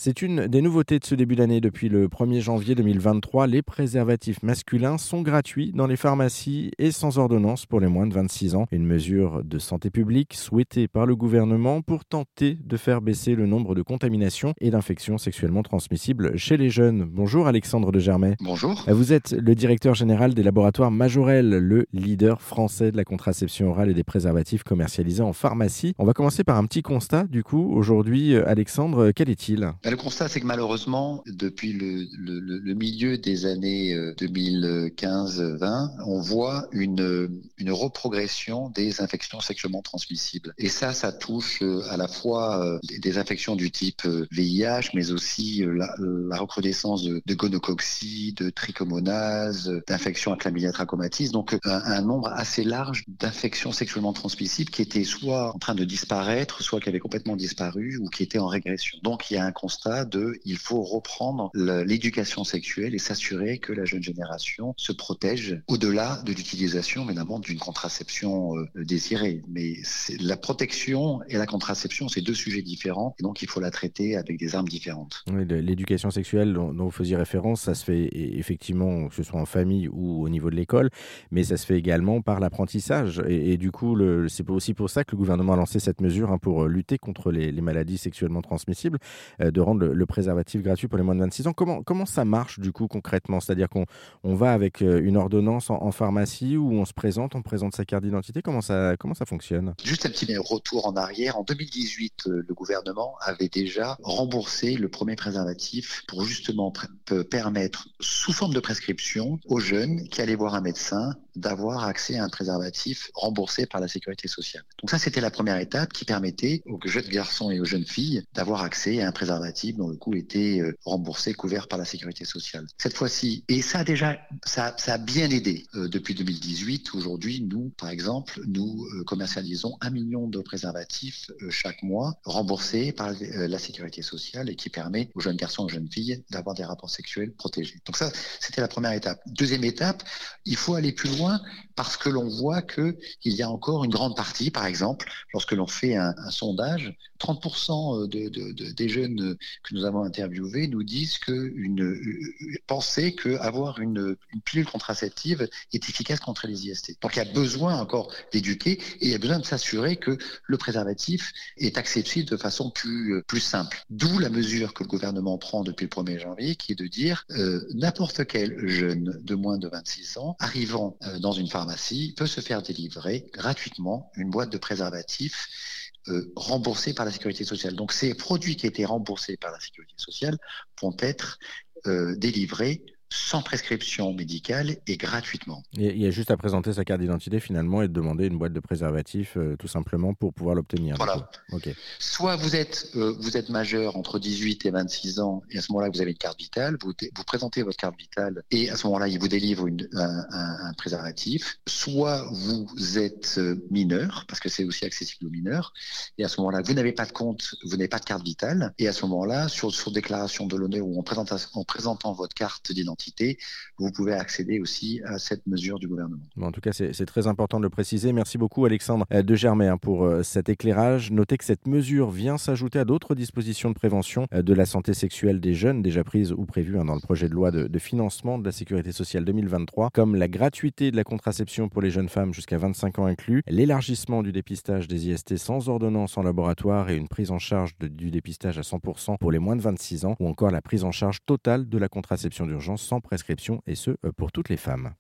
C'est une des nouveautés de ce début d'année. Depuis le 1er janvier 2023, les préservatifs masculins sont gratuits dans les pharmacies et sans ordonnance pour les moins de 26 ans. Une mesure de santé publique souhaitée par le gouvernement pour tenter de faire baisser le nombre de contaminations et d'infections sexuellement transmissibles chez les jeunes. Bonjour Alexandre de Germay. Bonjour. Vous êtes le directeur général des laboratoires Majorel, le leader français de la contraception orale et des préservatifs commercialisés en pharmacie. On va commencer par un petit constat. Du coup, aujourd'hui, Alexandre, quel est-il ? Le constat, c'est que malheureusement, depuis le milieu des années 2015-20, on voit une reprogression des infections sexuellement transmissibles. Et ça touche à la fois des infections du type VIH, mais aussi la recrudescence de gonococcie, de trichomonase, d'infections à chlamydia trachomatis. Donc, un nombre assez large d'infections sexuellement transmissibles qui étaient soit en train de disparaître, soit qui avaient complètement disparu ou qui étaient en régression. Donc, il y a un constat il faut reprendre l'éducation sexuelle et s'assurer que la jeune génération se protège au-delà de l'utilisation, évidemment, d'une contraception désirée. Mais la protection et la contraception, c'est deux sujets différents et donc il faut la traiter avec des armes différentes. Oui, l'éducation sexuelle dont vous faisiez référence, ça se fait effectivement, que ce soit en famille ou au niveau de l'école, mais ça se fait également par l'apprentissage. Et du coup, c'est aussi pour ça que le gouvernement a lancé cette mesure pour lutter contre les maladies sexuellement transmissibles, de rendre le préservatif gratuit pour les moins de 26 ans. Comment ça marche du coup concrètement ? C'est-à-dire qu'on va avec une ordonnance en pharmacie où on se présente, on présente sa carte d'identité. Comment ça fonctionne ? Juste un petit retour en arrière. En 2018, le gouvernement avait déjà remboursé le premier préservatif pour justement permettre, sous forme de prescription, aux jeunes qui allaient voir un médecin d'avoir accès à un préservatif remboursé par la sécurité sociale. Donc ça, c'était la première étape qui permettait aux jeunes garçons et aux jeunes filles d'avoir accès à un préservatif dont le coût était remboursé, couvert par la sécurité sociale. Cette fois-ci, et ça a bien aidé. Depuis 2018, aujourd'hui, nous, par exemple, nous commercialisons 1 million de préservatifs chaque mois, remboursés par la sécurité sociale et qui permet aux jeunes garçons et aux jeunes filles d'avoir des rapports sexuels protégés. Donc ça, c'était la première étape. Deuxième étape, il faut aller plus loin parce que l'on voit qu'il y a encore une grande partie, par exemple, lorsque l'on fait un sondage, 30% des jeunes que nous avons interviewés nous disent pensaient qu'avoir une pilule contraceptive est efficace contre les IST. Donc il y a besoin encore d'éduquer et il y a besoin de s'assurer que le préservatif est accessible de façon plus simple. D'où la mesure que le gouvernement prend depuis le 1er janvier qui est de dire n'importe quel jeune de moins de 26 ans arrivant dans une pharmacie peut se faire délivrer gratuitement une boîte de préservatifs remboursés par la sécurité sociale. Donc ces produits qui étaient remboursés par la sécurité sociale vont être délivrés sans prescription médicale et gratuitement. Et il y a juste à présenter sa carte d'identité finalement et de demander une boîte de préservatifs tout simplement pour pouvoir l'obtenir. Voilà. Okay. Soit vous êtes majeur entre 18 et 26 ans et à ce moment-là vous avez une carte vitale, vous présentez votre carte vitale et à ce moment-là il vous délivre un préservatif. Soit vous êtes mineur parce que c'est aussi accessible aux mineurs et à ce moment-là vous n'avez pas de compte, vous n'avez pas de carte vitale et à ce moment-là sur déclaration de l'honneur ou en présentant votre carte d'identité, vous pouvez accéder aussi à cette mesure du gouvernement. Bon, en tout cas, c'est très important de le préciser. Merci beaucoup Alexandre de Germay pour cet éclairage. Notez que cette mesure vient s'ajouter à d'autres dispositions de prévention de la santé sexuelle des jeunes déjà prises ou prévues dans le projet de loi de financement de la sécurité sociale 2023, comme la gratuité de la contraception pour les jeunes femmes jusqu'à 25 ans inclus, l'élargissement du dépistage des IST sans ordonnance en laboratoire et une prise en charge du dépistage à 100% pour les moins de 26 ans, ou encore la prise en charge totale de la contraception d'urgence sans prescription, et ce pour toutes les femmes.